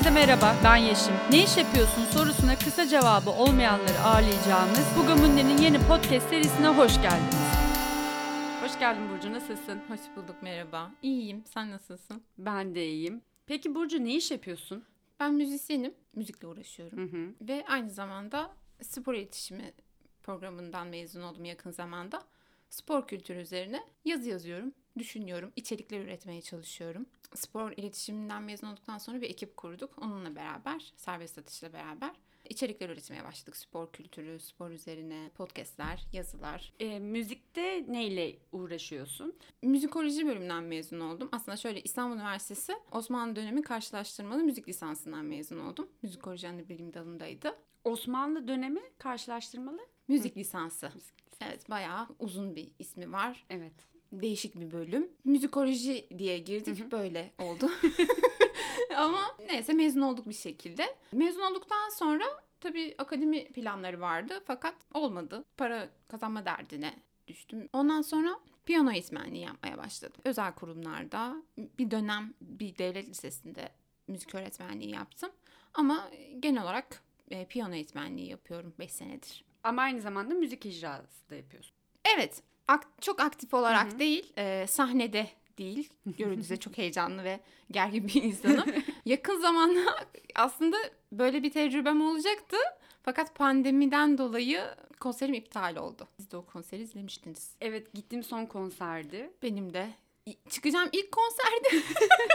Herkese merhaba, ben Yeşim. Ne iş yapıyorsun sorusuna kısa cevabı olmayanları ağırlayacağımız Bugamunde'nin yeni podcast serisine hoş geldiniz. Hoş geldin Burcu, nasılsın? Hoş bulduk, merhaba. İyiyim, sen nasılsın? Ben de iyiyim. Peki Burcu, ne iş yapıyorsun? Ben müzisyenim, müzikle uğraşıyorum. Hı. Ve aynı zamanda spor iletişimi programından mezun oldum yakın zamanda. Spor kültürü üzerine yazı yazıyorum, düşünüyorum, içerikler üretmeye çalışıyorum. Spor iletişiminden mezun olduktan sonra bir ekip kurduk. Onunla beraber, serbest atışla beraber içerikler üretmeye başladık. Spor kültürü, spor üzerine podcastler, yazılar. Müzikte neyle uğraşıyorsun? Müzikoloji bölümünden mezun oldum. Aslında şöyle, İstanbul Üniversitesi Osmanlı dönemi karşılaştırmalı müzik lisansından mezun oldum. Müzikoloji bilim dalındaydı. Osmanlı dönemi karşılaştırmalı Müzik lisansı. Evet, bayağı uzun bir ismi var. Evet. Değişik bir bölüm. Müzikoloji diye girdik, böyle oldu. Ama neyse, mezun olduk bir şekilde. Mezun olduktan sonra tabii akademi planları vardı fakat olmadı. Para kazanma derdine düştüm. Ondan sonra piyano eğitmenliği yapmaya başladım. Özel kurumlarda bir dönem bir devlet lisesinde müzik öğretmenliği yaptım. Ama genel olarak piyano eğitmenliği yapıyorum 5 senedir. Ama aynı zamanda müzik icrası da yapıyorsun. Evet, çok aktif olarak değil, sahnede değil. Görüldüğünüzde çok heyecanlı ve gergin bir insanım. Yakın zamanda aslında böyle bir tecrübem olacaktı. Fakat pandemiden dolayı konserim iptal oldu. Siz de o konseri izlemiştiniz. Evet, gittiğim son konserdi. Benim de. Çıkacağım ilk konserde.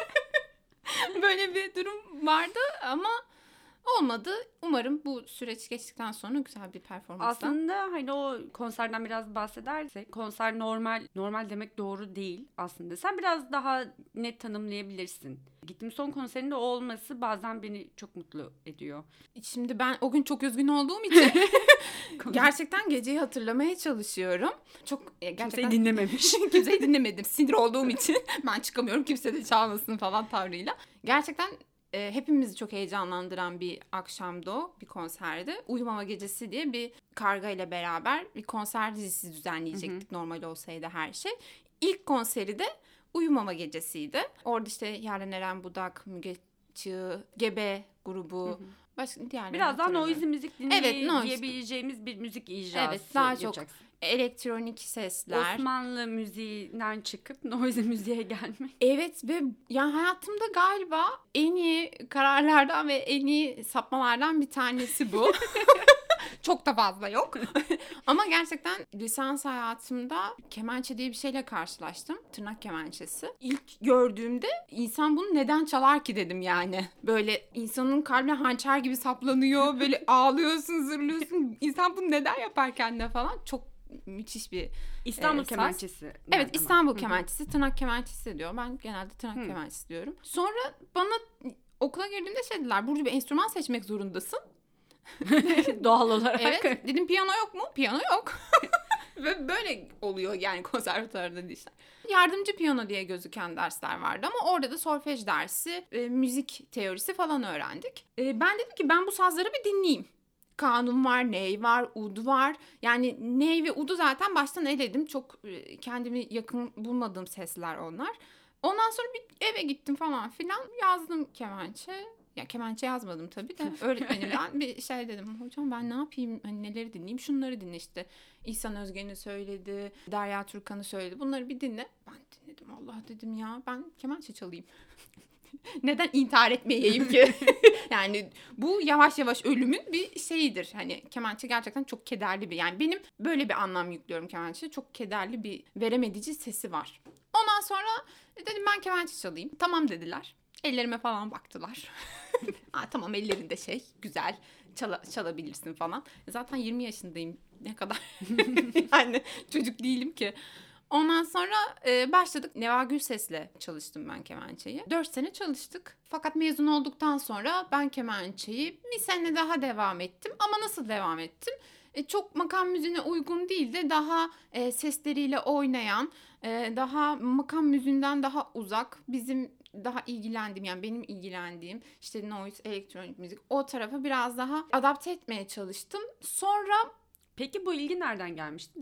Böyle bir durum vardı ama olmadı. Umarım bu süreç geçtikten sonra güzel bir performansla. Aslında hani o konserden biraz bahsedersek, konser normal demek doğru değil aslında. Sen biraz daha net tanımlayabilirsin. Gittiğim son konserinde o olması bazen beni çok mutlu ediyor. Şimdi ben o gün çok üzgün olduğum için gerçekten geceyi hatırlamaya çalışıyorum. Çok gerçekten Kimseyi dinlememiş. Kimseyi dinlemedim. Sinir olduğum için ben çıkamıyorum, kimse de çalmasın falan tavrıyla. Gerçekten hepimizi çok heyecanlandıran bir akşamdı o, bir konserdi. Uyumama Gecesi diye bir Karga ile beraber bir konser dizisi düzenleyecektik normal olsaydı her şey. İlk konseri de Uyumama Gecesi'ydi. Orada işte Yaren Eren Budak, Müge Çığ, Gebe grubu, başka diğerleri Biraz daha noisy müzik noise diyebileceğimiz bir müzik icrası Evet, daha çok yapacaksın. elektronik sesler. Osmanlı müziğinden çıkıp noisy müziğe gelmek. Evet ve yani hayatımda galiba en iyi kararlardan ve en iyi sapmalardan bir tanesi bu. Çok da fazla yok. Ama gerçekten lisans hayatımda kemençe diye bir şeyle karşılaştım. Tırnak kemençesi. İlk gördüğümde insan bunu neden çalar ki dedim yani. Böyle insanın kalbine hançer gibi saplanıyor. Böyle ağlıyorsun, zırlıyorsun. İnsan bunu neden yapar kendine falan. Çok müthiş bir İstanbul kemençesi. Evet, İstanbul kemençesi, tırnak kemençesi diyor. Ben genelde tırnak kemençesi diyorum. Sonra bana okula girdiğimde şey dediler, Burcu bir enstrüman seçmek zorundasın. Doğal olarak. Evet, dedim piyano yok mu? Piyano yok. Ve böyle oluyor yani konservatuvarda işte. Yardımcı piyano diye gözüken dersler vardı ama orada da solfej dersi, müzik teorisi falan öğrendik. Ben dedim ki ben bu sazları bir dinleyeyim. Kanun var, ney var, ud var. Yani ney ve udu zaten baştan eledim. Çok kendimi yakın bulmadığım sesler onlar. Ondan sonra bir eve gittim falan filan. Yazdım kemençe. Ya kemençe yazmadım tabii de öğretmenimden bir şey dedim. Hocam ben ne yapayım? Hani neleri dinleyeyim? Şunları dinle işte. İhsan Özgen'i söyledi. Derya Turkan'ı söyledi. Bunları bir dinle. Ben dinledim. Allah dedim ya ben kemençe çalayım. Neden intihar etmeyeyim ki? Yani bu yavaş yavaş ölümün bir şeyidir. Hani kemençe gerçekten çok kederli bir. Yani benim böyle bir anlam yüklüyorum kemençe. Çok kederli bir veremedici sesi var. Ondan sonra dedim ben kemençe çalayım. Tamam dediler. Ellerime falan baktılar. Tamam ellerinde güzel çalabilirsin falan. Zaten 20 yaşındayım. Ne kadar yani çocuk değilim ki. Ondan sonra başladık. Neva Gürses'le çalıştım ben kemençeyi. 4 sene çalıştık. Fakat mezun olduktan sonra ben kemençeyi bir sene daha devam ettim. Ama nasıl devam ettim? Çok makam müziğine uygun değil de daha sesleriyle oynayan, daha makam müziğinden daha uzak, bizim daha ilgilendiğim, yani benim ilgilendiğim işte noise, elektronik müzik, o tarafa biraz daha adapte etmeye çalıştım. Sonra Peki bu ilgi nereden gelmişti?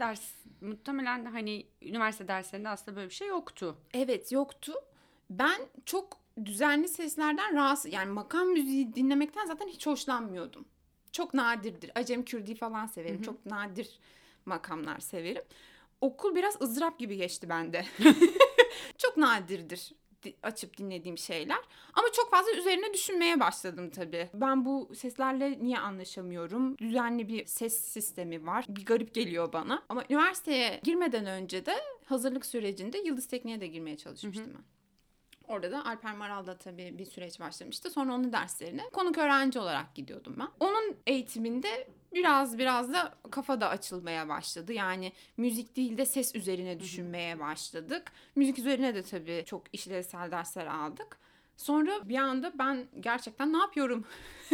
Muhtemelen hani üniversite derslerinde aslında böyle bir şey yoktu. evet, yoktu. Ben çok düzenli seslerden rahatsız, yani makam müziği dinlemekten zaten hiç hoşlanmıyordum. Çok nadirdir. Acem Kürdi falan severim. Çok nadir makamlar severim. Okul biraz ızdırap gibi geçti bende. Çok nadirdir açıp dinlediğim şeyler. Ama çok fazla üzerine düşünmeye başladım tabii. Ben bu seslerle niye anlaşamıyorum? Düzenli bir ses sistemi var. Bir garip geliyor bana. Ama üniversiteye girmeden önce de hazırlık sürecinde Yıldız Tekniğe de girmeye çalışmıştım ben. Orada da Alper Maral'da tabii bir süreç başlamıştı. Sonra onun derslerine konuk öğrenci olarak gidiyordum ben. Onun eğitiminde biraz da kafa da açılmaya başladı. Yani müzik değil de ses üzerine düşünmeye başladık. Müzik üzerine de tabii çok işlevsel dersler aldık. Sonra bir anda ben gerçekten ne yapıyorum?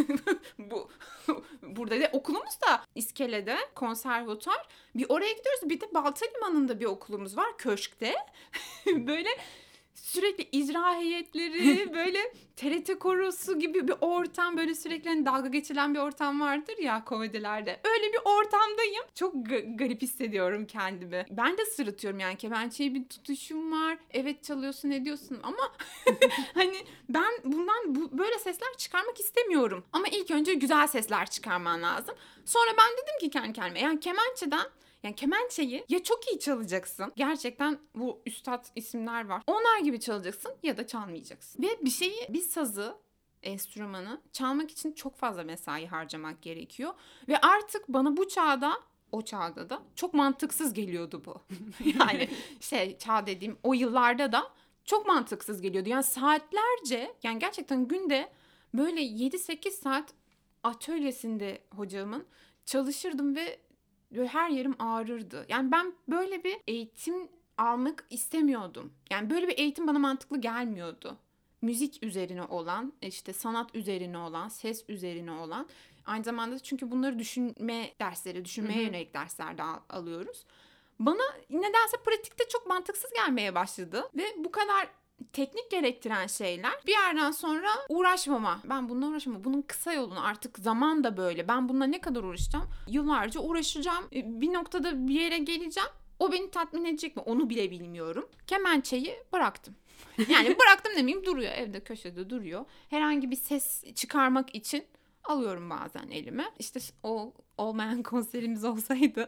Burada da okulumuz da İskele'de, konservatuar. Bir oraya gidiyoruz. Bir de Baltalimanı'nda bir okulumuz var, köşkte. Böyle sürekli icra heyetleri, böyle TRT korosu gibi bir ortam, böyle sürekli hani dalga geçilen bir ortam vardır ya komedilerde. Öyle bir ortamdayım. Çok garip hissediyorum kendimi. Ben de sırıtıyorum yani, kemençeyi bir tutuşum var. Evet, çalıyorsun ediyorsun ama hani ben bundan böyle sesler çıkarmak istemiyorum. Ama ilk önce güzel sesler çıkarman lazım. Sonra ben dedim ki kendi kendime, yani kemençeyi ya çok iyi çalacaksın. Gerçekten bu üstad isimler var. Onlar gibi çalacaksın ya da çalmayacaksın. Ve bir sazı, enstrümanı çalmak için çok fazla mesai harcamak gerekiyor. Ve artık bana o çağda da çok mantıksız geliyordu bu. Yani çağ dediğim o yıllarda da çok mantıksız geliyordu. Yani saatlerce, yani gerçekten günde böyle 7-8 saat atölyesinde hocamın çalışırdım ve her yerim ağrırdı. Yani ben böyle bir eğitim almak istemiyordum. Yani böyle bir eğitim bana mantıklı gelmiyordu. Müzik üzerine olan, işte sanat üzerine olan, ses üzerine olan. Aynı zamanda çünkü bunları düşünmeye yönelik derslerde alıyoruz. Bana nedense pratikte çok mantıksız gelmeye başladı. Ve bu kadar teknik gerektiren şeyler bir yerden sonra ben bununla uğraşamam. Bunun kısa yolunu, artık zaman da böyle. Ben bununla ne kadar uğraşacağım? Yıllarca uğraşacağım. Bir noktada bir yere geleceğim. O beni tatmin edecek mi? Onu bile bilmiyorum. Kemençeyi bıraktım. Yani bıraktım demeyeyim, duruyor. Evde köşede duruyor. Herhangi bir ses çıkarmak için alıyorum bazen elime. İşte o olmayan konserimiz olsaydı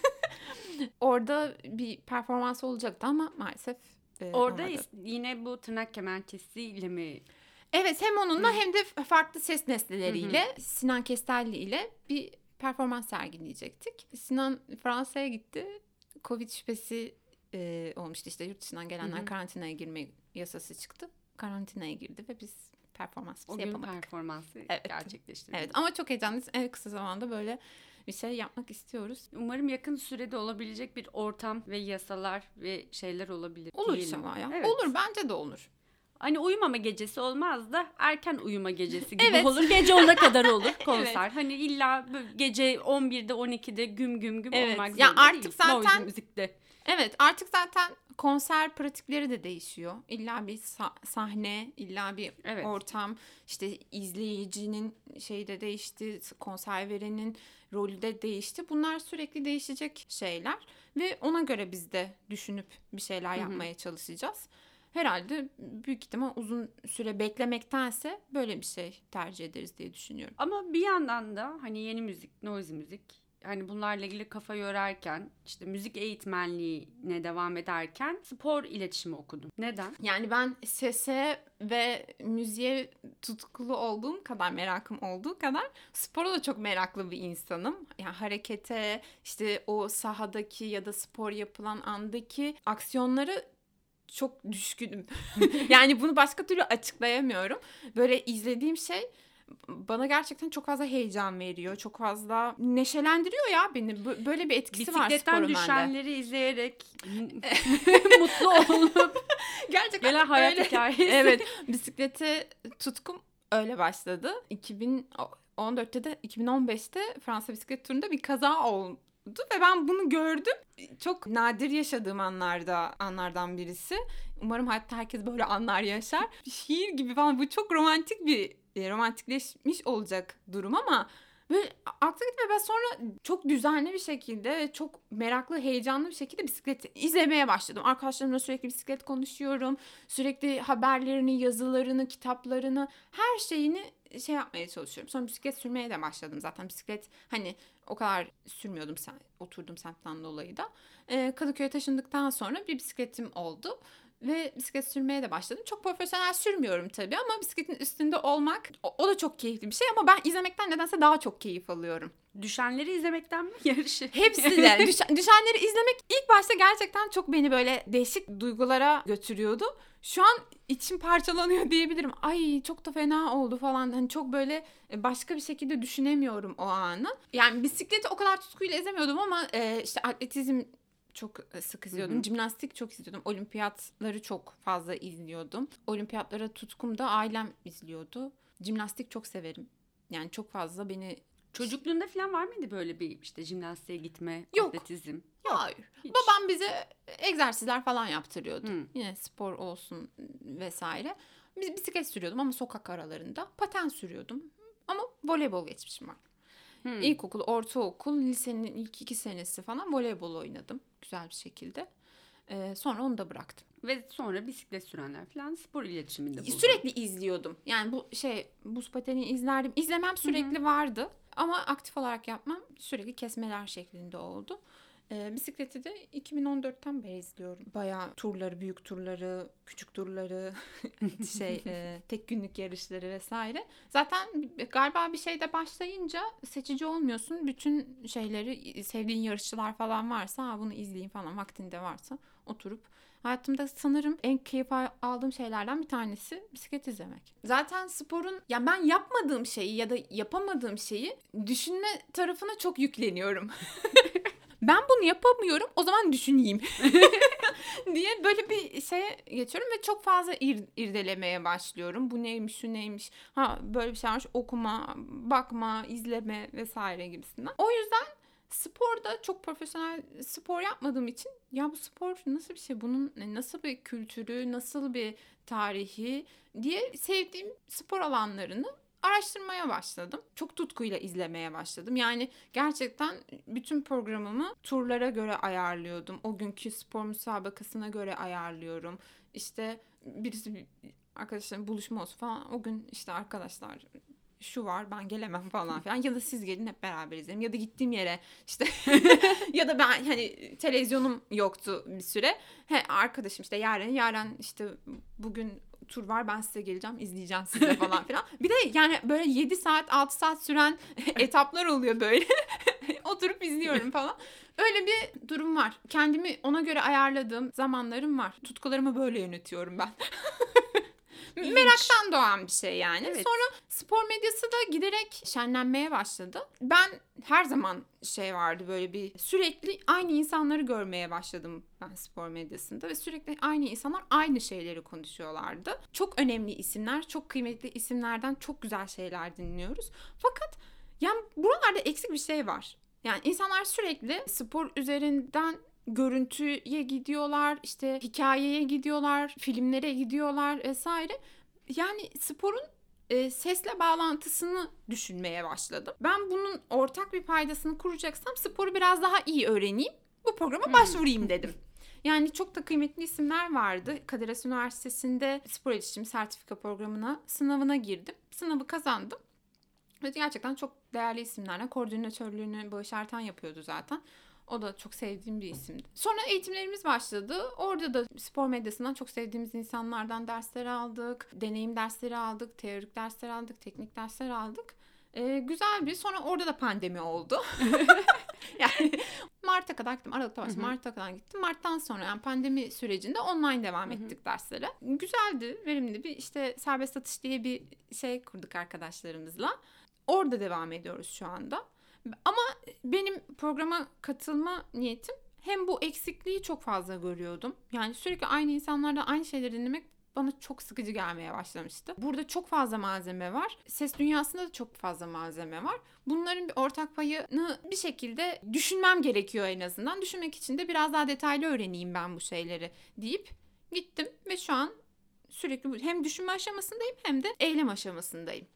orada bir performans olacaktı ama maalesef orada yine bu tırnak kemençesiyle mi? Evet, hem onunla hem de farklı ses nesneleriyle Sinan Kestelli ile bir performans sergileyecektik. Sinan Fransa'ya gitti. Covid şüphesi olmuştu, işte yurt dışından gelenler karantinaya girme yasası çıktı. Karantinaya girdi ve biz performans yapamadık. O gün performansı gerçekleştirdik. Evet, ama çok heyecanlıyız. En kısa zamanda böyle bir şey yapmak istiyoruz. Umarım yakın sürede olabilecek bir ortam ve yasalar ve şeyler olabilir. Olur inşallah ya. Evet. Olur, bence de olur. Hani uyumama gecesi olmaz da erken uyuma gecesi gibi olur. Gece 10'a kadar olur konser. Evet. Hani illa gece 11'de 12'de güm olmak zorunda ya artık değil. Zaten müzikte. Evet, artık zaten konser pratikleri de değişiyor. İlla bir sahne, illa bir ortam, işte izleyicinin şeyi de değişti, konser verenin rolü de değişti. Bunlar sürekli değişecek şeyler ve ona göre biz de düşünüp bir şeyler yapmaya çalışacağız. Herhalde büyük ihtimal uzun süre beklemektense böyle bir şey tercih ederiz diye düşünüyorum. Ama bir yandan da hani yeni müzik, noise müzik, hani bunlarla ilgili kafa yorarken, işte müzik eğitmenliğine devam ederken spor iletişimi okudum. Neden? Yani ben sese ve müziğe tutkulu olduğum kadar, merakım olduğu kadar spora da çok meraklı bir insanım. Yani harekete, işte o sahadaki ya da spor yapılan andaki aksiyonları çok düşkünüm. Yani bunu başka türlü açıklayamıyorum. Böyle izlediğim şey bana gerçekten çok fazla heyecan veriyor. Çok fazla neşelendiriyor ya beni. Böyle bir etkisi var sporun bende. Bisikletten düşenleri izleyerek mutlu olup gerçekten gelen hayat hikayesi. Evet, bisiklete tutkum öyle başladı. 2014'te de 2015'te Fransa bisiklet turunda bir kaza oldu ve ben bunu gördüm. Çok nadir yaşadığım anlardan birisi. Umarım hayatta herkes böyle anlar yaşar. Bir şiir gibi falan, bu çok romantikleşmiş olacak durum ama Böyle aklı gitme, ben sonra çok düzenli bir şekilde, çok meraklı, heyecanlı bir şekilde bisiklet izlemeye başladım. Arkadaşlarımla sürekli bisiklet konuşuyorum. Sürekli haberlerini, yazılarını, kitaplarını, her şeyini şey yapmaya çalışıyorum. Sonra bisiklet sürmeye de başladım zaten. Bisiklet hani o kadar sürmüyordum oturduğum semtten dolayı da. Kadıköy'e taşındıktan sonra bir bisikletim oldu. Ve bisiklet sürmeye de başladım. Çok profesyonel sürmüyorum tabii ama bisikletin üstünde olmak o da çok keyifli bir şey. Ama ben izlemekten nedense daha çok keyif alıyorum. Düşenleri izlemekten mi, yarışı? Hepsi de. Düşenleri izlemek ilk başta gerçekten çok beni böyle değişik duygulara götürüyordu. Şu an içim parçalanıyor diyebilirim. Ay çok da fena oldu falan. Hani çok böyle başka bir şekilde düşünemiyorum o anı. Yani bisikleti o kadar tutkuyla izlemiyordum ama işte atletizm çok sık izliyordum. Hı-hı. Jimnastik çok izliyordum. Olimpiyatları çok fazla izliyordum. Olimpiyatlara tutkum da ailem izliyordu. Jimnastik çok severim. Yani çok fazla beni... Çocukluğunda falan var mıydı böyle bir işte jimnastiğe gitme, yok. Atletizm? Yok. Hayır. Hiç. Babam bize egzersizler falan yaptırıyordu. Hı. Yine spor olsun vesaire. Biz bisiklet sürüyordum ama sokak aralarında. Paten sürüyordum. Ama voleybol geçmişim var. İlkokul, ortaokul, lisenin ilk 2 senesi falan voleybol oynadım. Güzel bir şekilde. Sonra onu da bıraktım. Ve sonra bisiklet sürenler falan spor iletişiminde buldum. Sürekli izliyordum. Yani bu buz pateni izlerdim. İzlemem sürekli vardı. Ama aktif olarak yapmam sürekli kesmeler şeklinde oldu. Bisikleti de 2014'ten beri izliyorum. Bayağı turları, büyük turları, küçük turları, tek günlük yarışları vesaire. Zaten galiba bir şeyde başlayınca seçici olmuyorsun. Bütün şeyleri, sevdiğin yarışçılar falan varsa bunu izleyeyim falan, vaktinde varsa oturup. Hayatımda sanırım en keyif aldığım şeylerden bir tanesi bisiklet izlemek. Zaten sporun, ya ben yapmadığım şeyi ya da yapamadığım şeyi düşünme tarafına çok yükleniyorum. Ben bunu yapamıyorum, o zaman düşüneyim diye böyle bir şeye geçiyorum ve çok fazla irdelemeye başlıyorum. Bu neymiş, şu neymiş, böyle bir şey varmış, okuma, bakma, izleme vesaire gibisinden. O yüzden sporda çok profesyonel spor yapmadığım için ya bu spor nasıl bir şey, bunun nasıl bir kültürü, nasıl bir tarihi diye sevdiğim spor alanlarını araştırmaya başladım. Çok tutkuyla izlemeye başladım. Yani gerçekten bütün programımı turlara göre ayarlıyordum. O günkü spor müsabakasına göre ayarlıyorum. İşte birisi, arkadaşlarım buluşma olsun falan. O gün işte arkadaşlar şu var, ben gelemem falan filan, ya da siz gelin hep beraber izleyelim, ya da gittiğim yere işte ya da ben hani televizyonum yoktu bir süre, arkadaşım işte Yaren işte bugün tur var, ben size geleceğim, izleyeceğim size falan filan. Bir de yani böyle 7 saat 6 saat süren etaplar oluyor böyle. Oturup izliyorum falan. Öyle bir durum var. Kendimi ona göre ayarladığım zamanlarım var. Tutkularımı böyle yönetiyorum ben. Meraktan doğan bir şey yani. Evet. Sonra spor medyası da giderek şenlenmeye başladı. Ben her zaman vardı, böyle bir sürekli aynı insanları görmeye başladım ben spor medyasında ve sürekli aynı insanlar aynı şeyleri konuşuyorlardı. Çok önemli isimler, çok kıymetli isimlerden çok güzel şeyler dinliyoruz. Fakat yani buralarda eksik bir şey var. Yani insanlar sürekli spor üzerinden görüntüye gidiyorlar, işte hikayeye gidiyorlar, filmlere gidiyorlar vesaire. Yani sporun sesle bağlantısını düşünmeye başladım. Ben bunun ortak bir paydasını kuracaksam sporu biraz daha iyi öğreneyim, bu programa başvurayım dedim. Yani çok da kıymetli isimler vardı. Kadir Has Üniversitesi'nde spor iletişim sertifika programına sınavına girdim. Sınavı kazandım. Ve gerçekten çok değerli isimlerle koordinatörlüğünü Bağış Ertan yapıyordu zaten. O da çok sevdiğim bir isimdi. Sonra eğitimlerimiz başladı. Orada da spor medyasından çok sevdiğimiz insanlardan dersler aldık. Deneyim dersleri aldık. Teorik dersler aldık. Teknik dersler aldık. Güzel bir. Sonra orada da pandemi oldu. Yani Mart'a kadar gittim. Aralık'ta başladım. Mart'a kadar gittim. Mart'tan sonra yani pandemi sürecinde online devam ettik derslere. Güzeldi. Verimli bir işte serbest atış diye bir şey kurduk arkadaşlarımızla. Orada devam ediyoruz şu anda. Ama benim programa katılma niyetim, hem bu eksikliği çok fazla görüyordum. Yani sürekli aynı insanlardan aynı şeyleri dinlemek bana çok sıkıcı gelmeye başlamıştı. Burada çok fazla malzeme var. Ses dünyasında da çok fazla malzeme var. Bunların bir ortak payını bir şekilde düşünmem gerekiyor en azından. Düşünmek için de biraz daha detaylı öğreneyim ben bu şeyleri deyip gittim ve şu an sürekli hem düşünme aşamasındayım hem de eylem aşamasındayım.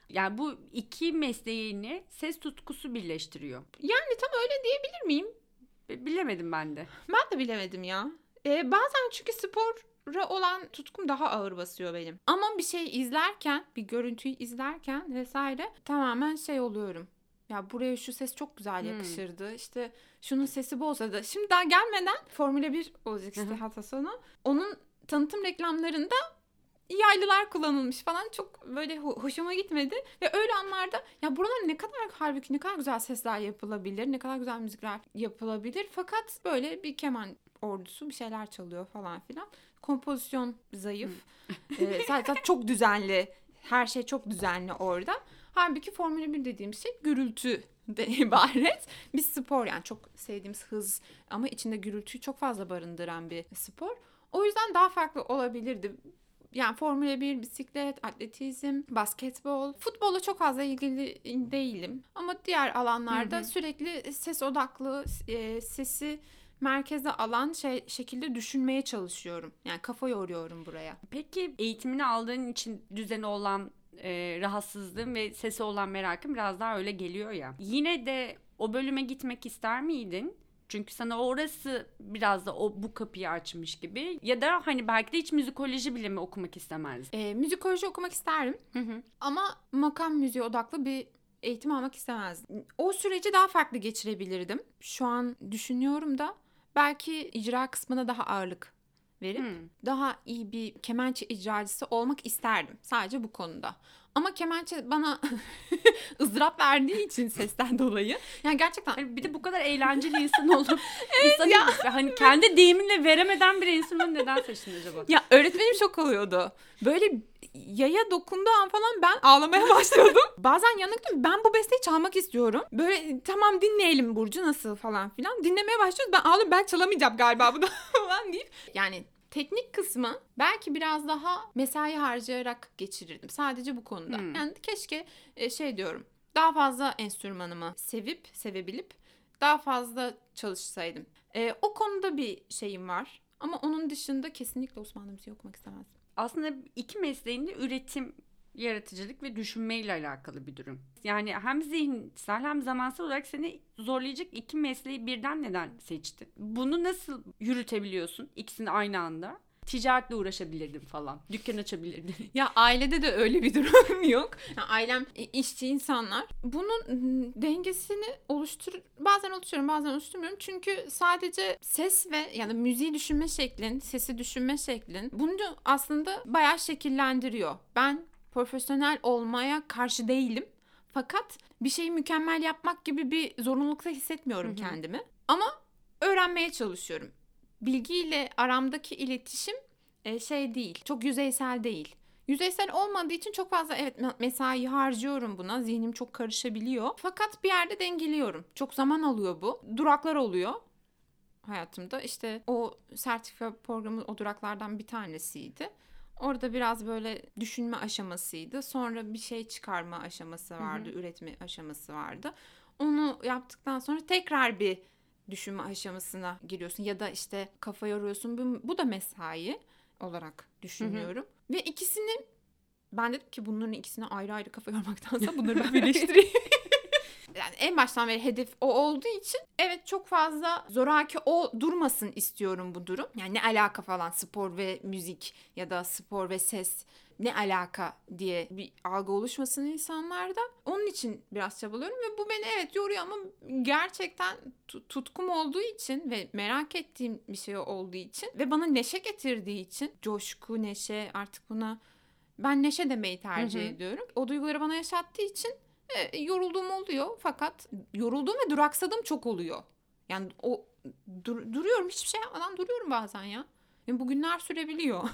Yani bu iki mesleğini ses tutkusu birleştiriyor. Yani tam öyle diyebilir miyim? Bilemedim ben de. Ben de bilemedim ya. Bazen çünkü spora olan tutkum daha ağır basıyor benim. Ama bir şey izlerken, bir görüntüyü izlerken vesaire tamamen şey oluyorum. Ya buraya şu ses çok güzel yakışırdı. İşte şunun sesi bu olsa da. Şimdi daha gelmeden Formula 1 olacak işte hafta sonu. Onun tanıtım reklamlarında yaylılar kullanılmış falan, çok böyle hoşuma gitmedi. Ve öyle anlarda ya buralar ne kadar, halbuki ne kadar güzel sesler yapılabilir, ne kadar güzel müzikler yapılabilir. Fakat böyle bir keman ordusu bir şeyler çalıyor falan filan. Kompozisyon zayıf. Zaten çok düzenli. Her şey çok düzenli orada. Halbuki Formula 1 dediğim şey gürültü de ibaret. Bir spor, yani çok sevdiğimiz hız ama içinde gürültüyü çok fazla barındıran bir spor. O yüzden daha farklı olabilirdi. Yani Formula 1, bisiklet, atletizm, basketbol, futbola çok fazla ilgili değilim. Ama diğer alanlarda sürekli ses odaklı, sesi merkeze alan şekilde düşünmeye çalışıyorum. Yani kafa yoruyorum buraya. Peki eğitimini aldığın için düzeni olan rahatsızlığın ve sesi olan merakın biraz daha öyle geliyor ya. Yine de o bölüme gitmek ister miydin? Çünkü sana orası biraz da bu kapıyı açmış gibi. Ya da hani belki de hiç müzikoloji bile mi okumak istemezdin? Müzikoloji okumak isterdim. Ama makam müziği odaklı bir eğitim almak istemezdim. O süreci daha farklı geçirebilirdim. Şu an düşünüyorum da belki icra kısmına daha ağırlık verip daha iyi bir kemençe icracısı olmak isterdim. Sadece bu konuda. Ama kemençe bana ızdırap verdiği için sesten dolayı. Yani gerçekten Bir de bu kadar eğlenceli insan olup insanın hani kendi deyiminle veremeden bir enstrümanı neden seçtin acaba? Ya öğretmenim şok oluyordu. Böyle yaya dokunduğu an falan ben ağlamaya başlıyordum. Bazen yanıktım. Ben bu besteyi çalmak istiyorum. Böyle tamam dinleyelim Burcu nasıl falan filan. Dinlemeye başlıyoruz. Ben ağlıyorum, ben çalamayacağım galiba bunu falan deyip. Yani teknik kısmı belki biraz daha mesai harcayarak geçirirdim. Sadece bu konuda. Yani keşke diyorum. Daha fazla enstrümanımı sevebilip daha fazla çalışsaydım. O konuda bir şeyim var. Ama onun dışında kesinlikle Osmanlı müziği okumak istemezdim. Aslında iki mesleğinde üretim, yaratıcılık ve düşünmeyle alakalı bir durum. Yani hem zihinsel hem zamansal olarak seni zorlayacak iki mesleği birden neden seçtin? Bunu nasıl yürütebiliyorsun ikisini aynı anda? Ticaretle uğraşabilirdim falan. Dükkan açabilirdim. Ya ailede de öyle bir durum yok. Yani ailem işçi insanlar. Bunun dengesini bazen oluşturuyorum, bazen oluşturmuyorum. Çünkü sadece ses ve yani müziği düşünme şeklin, sesi düşünme şeklin bunu aslında bayağı şekillendiriyor. Ben profesyonel olmaya karşı değilim. Fakat bir şeyi mükemmel yapmak gibi bir zorunlulukta hissetmiyorum kendimi. Ama öğrenmeye çalışıyorum. Bilgiyle aramdaki iletişim değil, çok yüzeysel değil. Yüzeysel olmadığı için çok fazla mesai harcıyorum buna. Zihnim çok karışabiliyor. Fakat bir yerde dengeliyorum. Çok zaman alıyor bu. Duraklar oluyor hayatımda. İşte o sertifika programı o duraklardan bir tanesiydi. Orada biraz böyle düşünme aşamasıydı. Sonra bir şey çıkarma aşaması vardı, üretme aşaması vardı. Onu yaptıktan sonra tekrar bir düşünme aşamasına giriyorsun ya da işte kafa yoruyorsun. Bu da mesai olarak düşünüyorum. Ve ikisini ben dedim ki bunların ikisini ayrı ayrı kafa yormaktansa bunları ben birleştireyim. Yani en baştan beri hedef o olduğu için evet çok fazla zoraki durmasın istiyorum bu durum. Yani ne alaka falan spor ve müzik ya da spor ve ses ne alaka diye bir algı oluşmasın insanlarda. Onun için biraz çabalıyorum ve bu beni evet yoruyor ama gerçekten tutkum olduğu için ve merak ettiğim bir şey olduğu için ve bana neşe getirdiği için coşku, neşe artık buna ben neşe demeyi tercih ediyorum. O duyguları bana yaşattığı için yorulduğum oluyor fakat yorulduğum ve duraksadığım çok oluyor. Yani duruyorum hiçbir şey yapmadan duruyorum bazen ya. Yani bugünler sürebiliyor.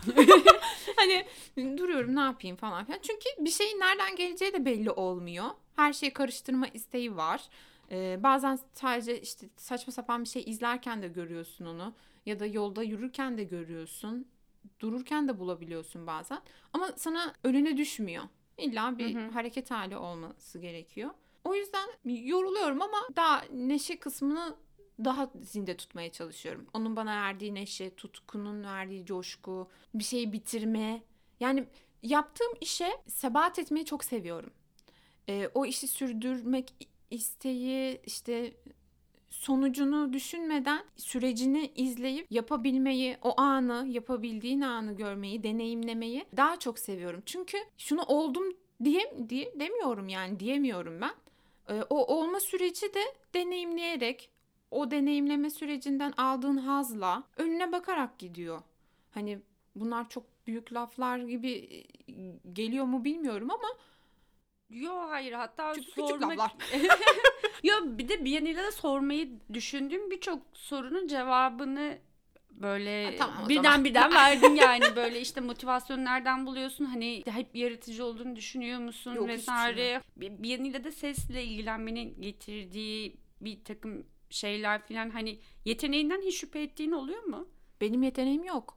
Hani duruyorum ne yapayım falan filan. Çünkü bir şeyin nereden geleceği de belli olmuyor. Her şeyi karıştırma isteği var. Bazen sadece işte saçma sapan bir şey izlerken de görüyorsun onu. Ya da yolda yürürken de görüyorsun. Dururken de bulabiliyorsun bazen. Ama sana önüne düşmüyor. İlla bir hareket hali olması gerekiyor. O yüzden yoruluyorum ama daha neşe kısmını daha zinde tutmaya çalışıyorum. Onun bana verdiği neşe, tutkunun verdiği coşku, bir şeyi bitirme. Yani yaptığım işe sebat etmeyi çok seviyorum. o işi sürdürmek isteği, işte sonucunu düşünmeden sürecini izleyip yapabilmeyi, o anı, yapabildiğin anı görmeyi, deneyimlemeyi daha çok seviyorum. Çünkü şunu oldum demiyorum, yani diyemiyorum ben. O olma süreci de deneyimleyerek, o deneyimleme sürecinden aldığın hazla, önüne bakarak gidiyor. Hani bunlar çok büyük laflar gibi geliyor mu bilmiyorum ama Yo hayır, hatta küçük sormak... laflar. Yo, bir de Biennale'de sormayı düşündüğüm birçok sorunun cevabını böyle Tamam, o birden zaman. verdin yani. Böyle işte motivasyonu nereden buluyorsun, hani hep yaratıcı olduğunu düşünüyor musun Yok, hiç vesaire. Biennale'de sesle ilgilenmenin getirdiği bir takım şeyler filan, hani yeteneğinden hiç şüphe ettiğin oluyor mu? Benim yeteneğim yok.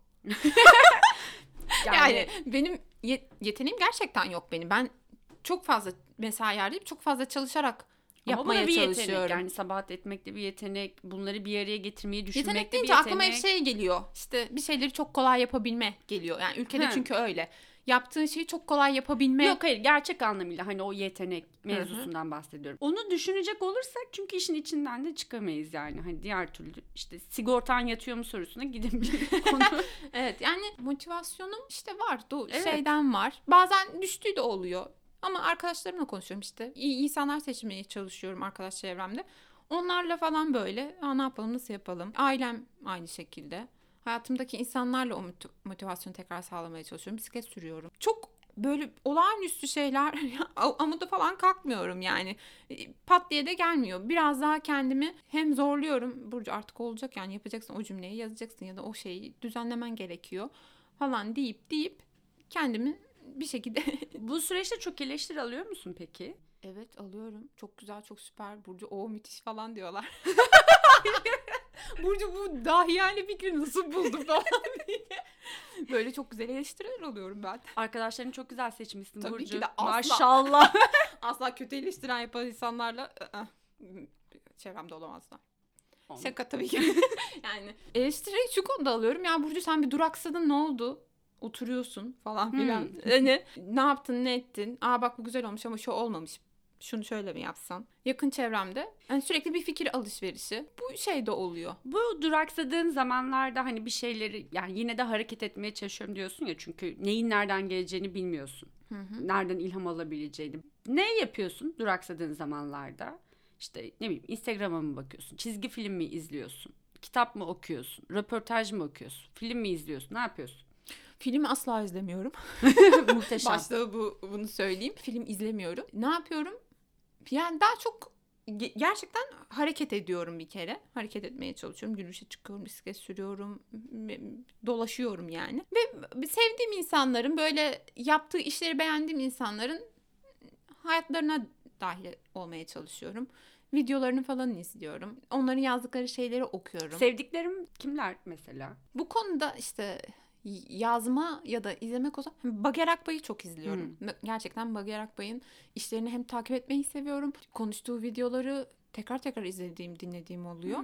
Yani, Yani benim yeteneğim gerçekten yok benim. Ben çok fazla mesai harcayıp çok fazla çalışarak ama bu yapmaya da bir yetenek. çalışıyorum. Yani Sabahat etmek de bir yetenek. Bunları bir araya getirmeyi düşünmek Yetenek de bir deyince yetenek. aklıma hep şey geliyor. İşte bir şeyleri çok kolay yapabilme geliyor. Yani ülkede çünkü öyle. Yaptığın şeyi çok kolay yapabilme. Yok hayır, gerçek anlamıyla hani o yetenek mevzusundan bahsediyorum. Onu düşünecek olursak çünkü işin içinden de çıkamayız yani. Hani diğer türlü işte sigortan yatıyor mu sorusuna gidebilir konu. Evet, yani motivasyonum işte var. Evet. Şeyden var. Bazen düştüğü de oluyor. Ama arkadaşlarımla konuşuyorum işte. İyi insanlar seçmeye çalışıyorum arkadaş çevremde. Onlarla falan böyle ne yapalım, nasıl yapalım. Ailem aynı şekilde. Hayatımdaki insanlarla o motivasyonu tekrar sağlamaya çalışıyorum. Bisiklet sürüyorum. Çok böyle olağanüstü şeyler amuda falan kalkmıyorum yani. Pat diye de gelmiyor. Biraz daha kendimi hem zorluyorum. Burcu artık olacak, yani yapacaksın, o cümleyi yazacaksın ya da o şeyi düzenlemen gerekiyor falan deyip kendimi bir şekilde... Bu süreçte çok eleştiri alıyor musun peki? Evet, alıyorum. Çok güzel, çok süper. Burcu o müthiş falan diyorlar. Burcu bu dahiyane fikri nasıl buldu falan diye. Böyle çok güzel eleştiriler alıyorum ben. Arkadaşlarını çok güzel seçmişsin Tabii Burcu. ki de, asla. Maşallah. Asla kötü eleştiren yapan insanlarla çevremde olamazlar. Olmaz. Şaka tabii ki. Yani eleştiriyi şu konuda alıyorum. Ya Burcu, sen bir duraksadın, ne oldu? Oturuyorsun falan filan. Hani ne yaptın, ne ettin? Aa bak, bu güzel olmuş ama şu olmamış. Şunu şöyle mi yapsan? Yakın çevremde yani sürekli bir fikir alışverişi. Bu şey de oluyor. Bu duraksadığın zamanlarda hani bir şeyleri, yani yine de hareket etmeye çalışıyorum diyorsun ya, çünkü neyin nereden geleceğini bilmiyorsun. Nereden ilham alabileceğini. Ne yapıyorsun duraksadığın zamanlarda? İşte ne bileyim, Instagram'a mı bakıyorsun? Çizgi film mi izliyorsun? Kitap mı okuyorsun? Röportaj mı okuyorsun? Film mi izliyorsun? Ne yapıyorsun? Film asla izlemiyorum. Muhteşem. Başta bunu söyleyeyim. Film izlemiyorum. Ne yapıyorum? Yani daha çok gerçekten hareket ediyorum bir kere. Hareket etmeye çalışıyorum. Yürüyüşe çıkıyorum, bisiklet sürüyorum, dolaşıyorum yani. Ve sevdiğim insanların, böyle yaptığı işleri beğendiğim insanların hayatlarına dahil olmaya çalışıyorum. Videolarını falan izliyorum. Onların yazdıkları şeyleri okuyorum. Sevdiklerim kimler mesela? Bu konuda işte yazma ya da izlemek olsa Bager Akbay'ı çok izliyorum. Gerçekten Bager Akbay'ın işlerini hem takip etmeyi seviyorum. Konuştuğu videoları tekrar tekrar izlediğim, dinlediğim oluyor.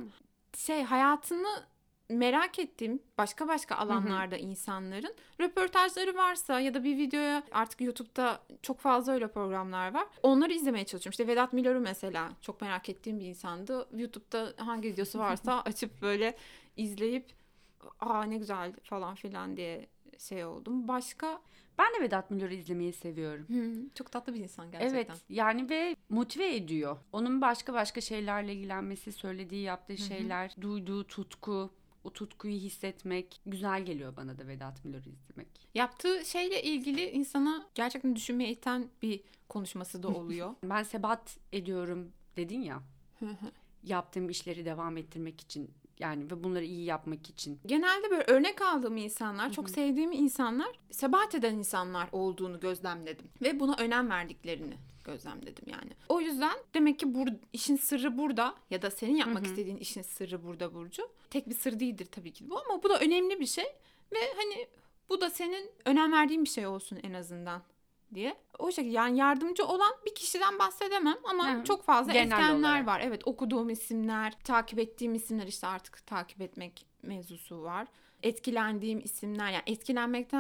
Hayatını merak ettiğim başka alanlarda insanların röportajları varsa ya da bir videoya, artık YouTube'da çok fazla öyle programlar var. Onları izlemeye çalışıyorum. İşte Vedat Milor'u mesela çok merak ettiğim bir insandı. YouTube'da hangi videosu varsa açıp böyle izleyip aa ne güzel falan filan diye şey oldum. Başka? Ben de Vedat Milor'u izlemeyi seviyorum. Çok tatlı bir insan gerçekten. Evet, yani ve motive ediyor. Onun başka şeylerle ilgilenmesi, söylediği, yaptığı şeyler, duyduğu tutku, o tutkuyu hissetmek güzel geliyor bana da Vedat Milor'u izlemek. Yaptığı şeyle ilgili insana gerçekten düşünmeye iten bir konuşması da oluyor. Ben sebat ediyorum dedin ya. Yaptığım işleri devam ettirmek için, yani ve bunları iyi yapmak için. Genelde böyle örnek aldığım insanlar, çok sevdiğim insanlar, sebat eden insanlar olduğunu gözlemledim. Ve buna önem verdiklerini gözlemledim yani. O yüzden demek ki işin sırrı burada, ya da senin yapmak istediğin işin sırrı burada Burcu. Tek bir sır değildir tabii ki bu, ama bu da önemli bir şey. Ve hani bu da senin önem verdiğin bir şey olsun en azından diye. O şekilde yani yardımcı olan bir kişiden bahsedemem ama çok fazla etkenler var. Evet, okuduğum isimler, takip ettiğim isimler, işte artık takip etmek mevzusu var. Etkilendiğim isimler, yani etkilenmekten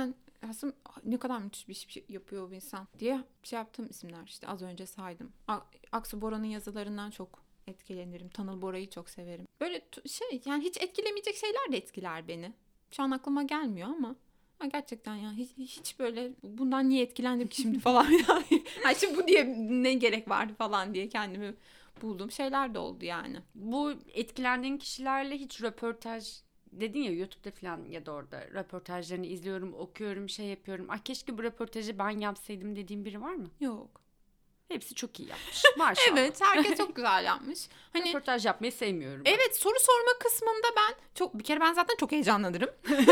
aslında ne kadar müthiş bir şey yapıyor bu insan diye şey yaptığım isimler işte az önce saydım. Aksu Bora'nın yazılarından çok etkilenirim. Tanıl Bora'yı çok severim. Böyle şey yani hiç etkilemeyecek şeyler de etkiler beni. Şu an aklıma gelmiyor ama gerçekten ya hiç böyle bundan niye etkilendim ki şimdi falan. Yani şimdi bu diye ne gerek vardı falan diye kendimi bulduğum şeyler de oldu yani. Bu etkilendiğin kişilerle hiç röportaj dedin ya YouTube'da falan ya da orada röportajlarını izliyorum, okuyorum, şey yapıyorum. Ay keşke bu röportajı ben yapsaydım dediğin biri var mı? Yok. Hepsi çok iyi yapmış. Maşallah. Evet, herkes çok güzel yapmış. Hani röportaj yapmayı sevmiyorum. evet, soru sorma kısmında ben bir kere ben zaten çok heyecanlanırım.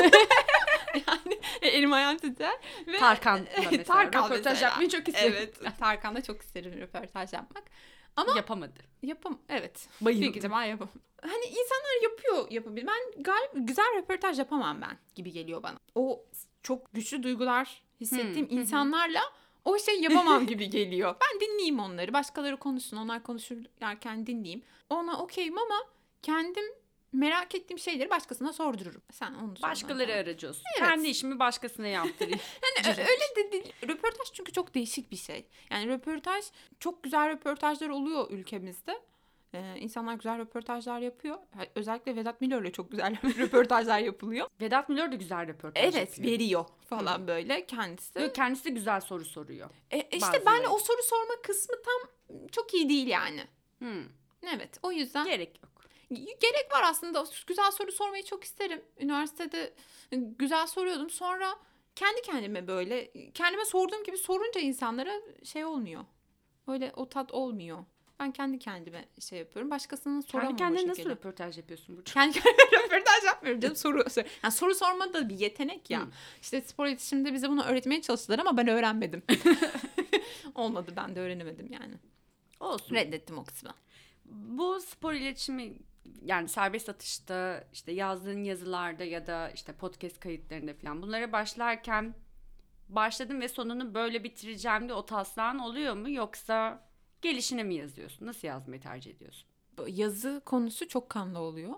Yani elim ayağım titrer. Ve Tarkan'la mesela Tarkan röportaj mesela. yapmayı çok isterim. Evet, Tarkan'la çok isterim röportaj yapmak. Ama yapamadı. Evet. Bayıldım. Büyük ihtimal yapamam. Hani insanlar yapabilir. Ben güzel röportaj yapamam ben gibi geliyor bana. O çok güçlü duygular hissettiğim insanlarla o şey yapamam gibi geliyor. Ben dinleyeyim onları. Başkaları konuşsun. Onlar konuşurken dinleyeyim. Ona okeyim ama kendim merak ettiğim şeyleri başkasına sordururum. Sen onu sor. Başkaları aracı olsun. Evet. Kendi işimi başkasına yaptırayım. Yani öyle de değil. Röportaj çünkü çok değişik bir şey. Yani röportaj, çok güzel röportajlar oluyor ülkemizde. İnsanlar güzel röportajlar yapıyor. Özellikle Vedat Milor'la çok güzel röportajlar yapılıyor. Vedat Milor da güzel röportaj Evet, yapıyor. veriyor falan böyle kendisi. Böyle kendisi de güzel soru soruyor. İşte ben o soru sorma kısmı tam çok iyi değil yani. Evet, o yüzden Gerek yok. Gerek var aslında. Güzel soru sormayı çok isterim. Üniversitede güzel soruyordum. Sonra kendi kendime böyle kendime sorduğum gibi sorunca insanlara şey olmuyor. Öyle o tat olmuyor. Ben kendi kendime şey yapıyorum. Başkasının soramam Kendi kendine o nasıl şekilde. röportaj yapıyorsun Burcu? Kendi kendime röportaj yapmıyorum canım. Yani soru sorma da bir yetenek ya. İşte spor iletişimde bize bunu öğretmeye çalıştılar ama ben öğrenmedim. Olmadı, ben de öğrenemedim yani. Olsun. Reddettim o kısmı. Bu spor iletişimi yani serbest atışta işte yazdığın yazılarda ya da işte podcast kayıtlarında falan bunlara başlarken başladım ve sonunu böyle bitireceğim diye o taslağın oluyor mu yoksa gelişine mi yazıyorsun? Nasıl yazmayı tercih ediyorsun? Yazı konusu çok kanlı oluyor.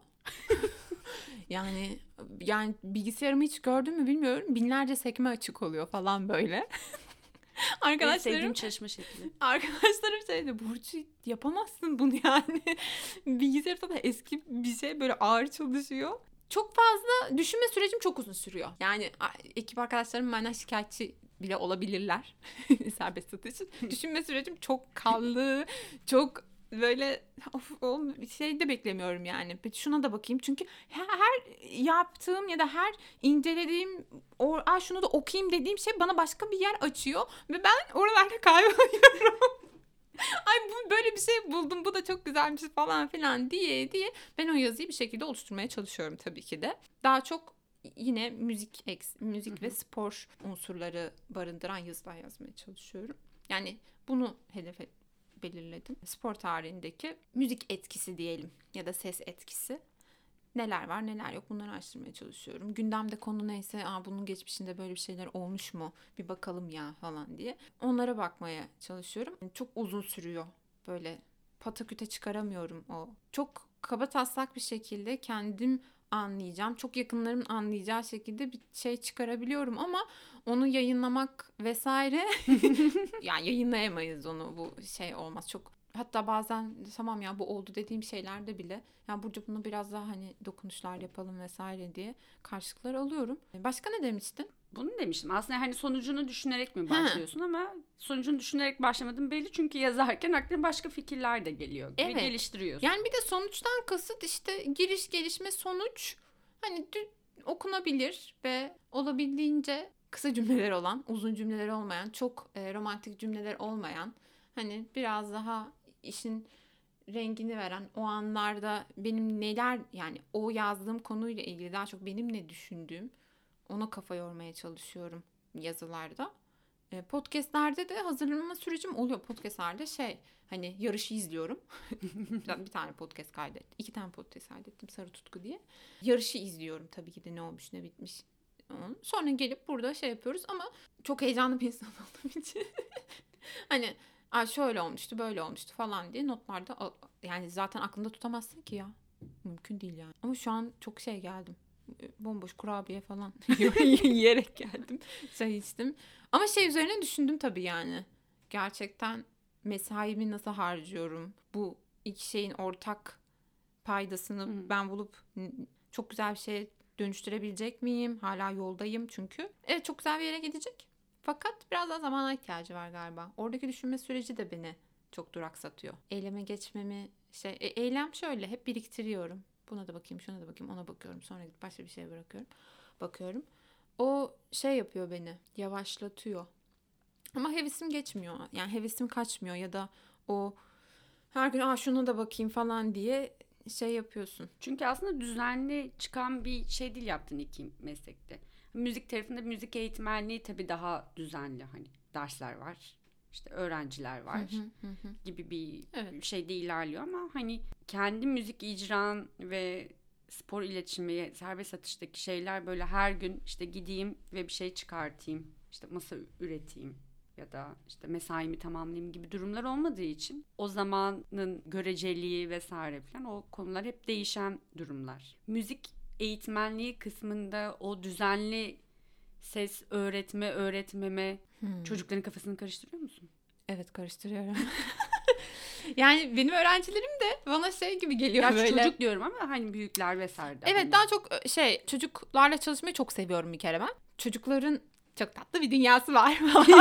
Yani bilgisayarımı hiç gördün mü bilmiyorum. Binlerce sekme açık oluyor falan böyle. En sevdiğim çalışma şekli. Arkadaşlarım şeydi, Burcu yapamazsın bunu yani. Bilgisayar da eski bir şey, böyle ağır çalışıyor. Çok fazla düşünme sürecim çok uzun sürüyor. Yani ekip arkadaşlarım benden şikayetçi bile olabilirler. Serbest satış için. Düşünme sürecim çok kanlı, çok böyle bir şey de beklemiyorum yani. Şuna da bakayım. Çünkü her yaptığım ya da her incelediğim şunu da okuyayım dediğim şey bana başka bir yer açıyor ve ben oralarda kayboluyorum. Ay böyle bir şey buldum, bu da çok güzelmiş falan filan diye ben o yazıyı bir şekilde oluşturmaya çalışıyorum tabii ki de. Daha çok yine müzik ve spor unsurları barındıran yazılar yazmaya çalışıyorum. Yani bunu hedefe belirledim. Spor tarihindeki müzik etkisi diyelim ya da ses etkisi. Neler var neler yok, bunları araştırmaya çalışıyorum. Gündemde konu neyse bunun geçmişinde böyle bir şeyler olmuş mu bir bakalım ya falan diye. Onlara bakmaya çalışıyorum. Çok uzun sürüyor, böyle pataküte çıkaramıyorum o. Çok kabataslak bir şekilde kendim anlayacağım, çok yakınlarımın anlayacağı şekilde bir şey çıkarabiliyorum ama onu yayınlamak vesaire yani yayınlayamayız onu, bu şey olmaz çok. Hatta bazen tamam ya bu oldu dediğim şeylerde bile ya Burcu bunu biraz daha hani dokunuşlar yapalım vesaire diye karşılıklar alıyorum. Başka ne demiştin? Bunu demiştim. Aslında hani sonucunu düşünerek mi başlıyorsun ama sonucunu düşünerek başlamadın belli çünkü yazarken aklına başka fikirler de geliyor ve geliştiriyorsun. Yani bir de sonuçtan kasıt işte giriş, gelişme, sonuç hani okunabilir ve olabildiğince kısa cümleler olan, uzun cümleler olmayan, çok romantik cümleler olmayan, hani biraz daha işin rengini veren, o anlarda benim neler, yani o yazdığım konuyla ilgili daha çok benim ne düşündüğüm, ona kafa yormaya çalışıyorum yazılarda. Podcastlerde de hazırlanma sürecim oluyor. Podcastlerde hani yarışı izliyorum. Bir tane podcast kaydettim. 2 tane podcast kaydettim, Sarı Tutku diye. Yarışı izliyorum tabii ki de, ne olmuş ne bitmiş. Sonra gelip burada şey yapıyoruz ama çok heyecanlı bir insan olduğum için hani şöyle olmuştu böyle olmuştu falan diye notlarda, yani zaten aklında tutamazsın ki ya. Mümkün değil yani. Ama şu an çok geldim. bomboş kurabiye falan yiyerek geldim. Çay içtim. Ama üzerine düşündüm tabii yani. Gerçekten mesaimi nasıl harcıyorum? Bu iki şeyin ortak paydasını ben bulup çok güzel bir şeye dönüştürebilecek miyim? Hala yoldayım çünkü. Evet, çok güzel bir yere gidecek. Fakat biraz daha zamana ihtiyacı var galiba. Oradaki düşünme süreci de beni çok duraksatıyor. Eyleme geçmemi eylem şöyle hep biriktiriyorum. Buna da bakayım, şuna da bakayım, ona bakıyorum. Sonra gidip başka bir şeye bakıyorum. O yapıyor beni, yavaşlatıyor. Ama hevesim geçmiyor. Yani hevesim kaçmıyor ya da o her gün şuna da bakayım falan diye yapıyorsun. Çünkü aslında düzenli çıkan bir şey değil yaptığın iki meslekte. Müzik tarafında müzik eğitmenliği tabii daha düzenli, hani dersler var, işte öğrenciler var gibi bir şeyde ilerliyor ama hani kendi müzik icran ve spor iletişimi, serbest atıştaki şeyler böyle her gün işte gideyim ve bir şey çıkartayım, işte masa üreteyim ya da işte mesaimi tamamlayayım gibi durumlar olmadığı için o zamanın göreceliği vesaire falan, o konular hep değişen durumlar. Müzik eğitmenliği kısmında o düzenli ses öğretmeme çocukların kafasını karıştırıyor musun? Evet, karıştırıyorum. Yani benim öğrencilerim de bana gibi geliyor ya böyle. Çocuk diyorum ama hani büyükler vesaire. Evet, hani daha çok çocuklarla çalışmayı çok seviyorum bir kere ben. Çocukların çok tatlı bir dünyası var.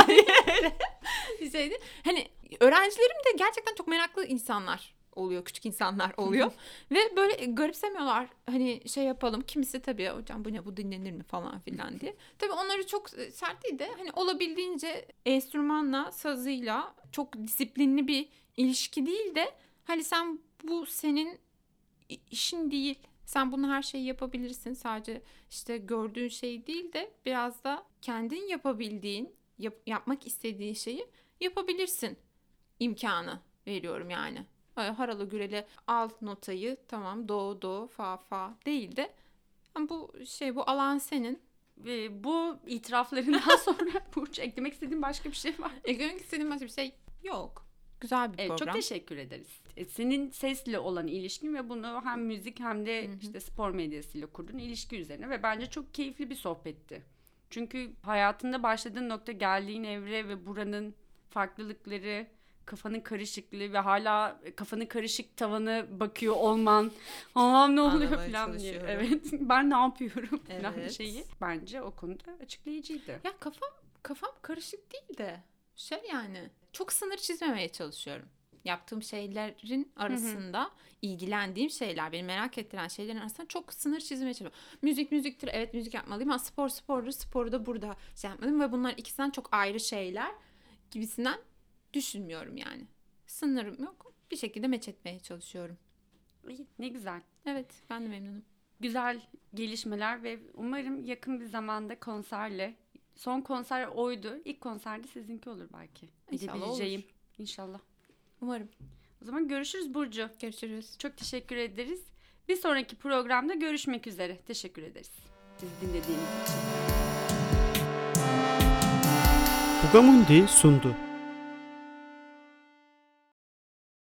Hani öğrencilerim de gerçekten çok meraklı insanlar oluyor, küçük insanlar oluyor. Ve böyle garipsemiyorlar. Hani yapalım. Kimisi tabii hocam bu ne, bu dinlenir mi falan filan diye. Tabii onları çok sert değil de hani olabildiğince enstrümanla, sazıyla çok disiplinli bir ilişki değil de hani sen bu senin işin değil. Sen bunu her şeyi yapabilirsin. Sadece gördüğün şey değil de biraz da kendin yapabildiğin, yapmak istediğin şeyi yapabilirsin imkanı veriyorum yani. Haralı güreli alt notayı tamam do fa değil de bu bu alan senin. Bu itiraflarından sonra Burcu, eklemek istediğin başka bir şey var mı? Eklemek istediğin başka bir şey yok. Güzel bir program. Çok teşekkür ederiz. Senin sesle olan ilişkin ve bunu hem müzik hem de işte spor medyasıyla kurduğun ilişki üzerine ve bence çok keyifli bir sohbetti. Çünkü hayatında başladığın nokta, geldiğin evre ve buranın farklılıkları, kafanın karışıklığı ve hala kafanın karışık tavanı bakıyor olman, Allah'ım ne oluyor falan diye. Evet, ben ne yapıyorum falan şeyi. Bence o konuda açıklayıcıydı. Ya kafam karışık değil de yani çok sınır çizmemeye çalışıyorum. Yaptığım şeylerin arasında ilgilendiğim şeyler, beni merak ettiren şeylerin arasında çok sınır çizmeye çalışıyorum. Müzik müziktir, evet müzik yapmalıyım ama spordur, sporu da burada yapmalıyım ve bunlar ikisinden çok ayrı şeyler gibisinden düşünmüyorum yani. Sınırım yok. Bir şekilde meç etmeye çalışıyorum. İyi, ne güzel. Evet, ben de memnunum. Güzel gelişmeler ve umarım yakın bir zamanda konserle. Son konser oydu. İlk konser de sizinki olur belki. İnşallah olur. İnşallah. Umarım. O zaman görüşürüz Burcu. Görüşürüz. Çok teşekkür ederiz. Bir sonraki programda görüşmek üzere. Teşekkür ederiz bizi dinlediğiniz için. Bugamundi sundu.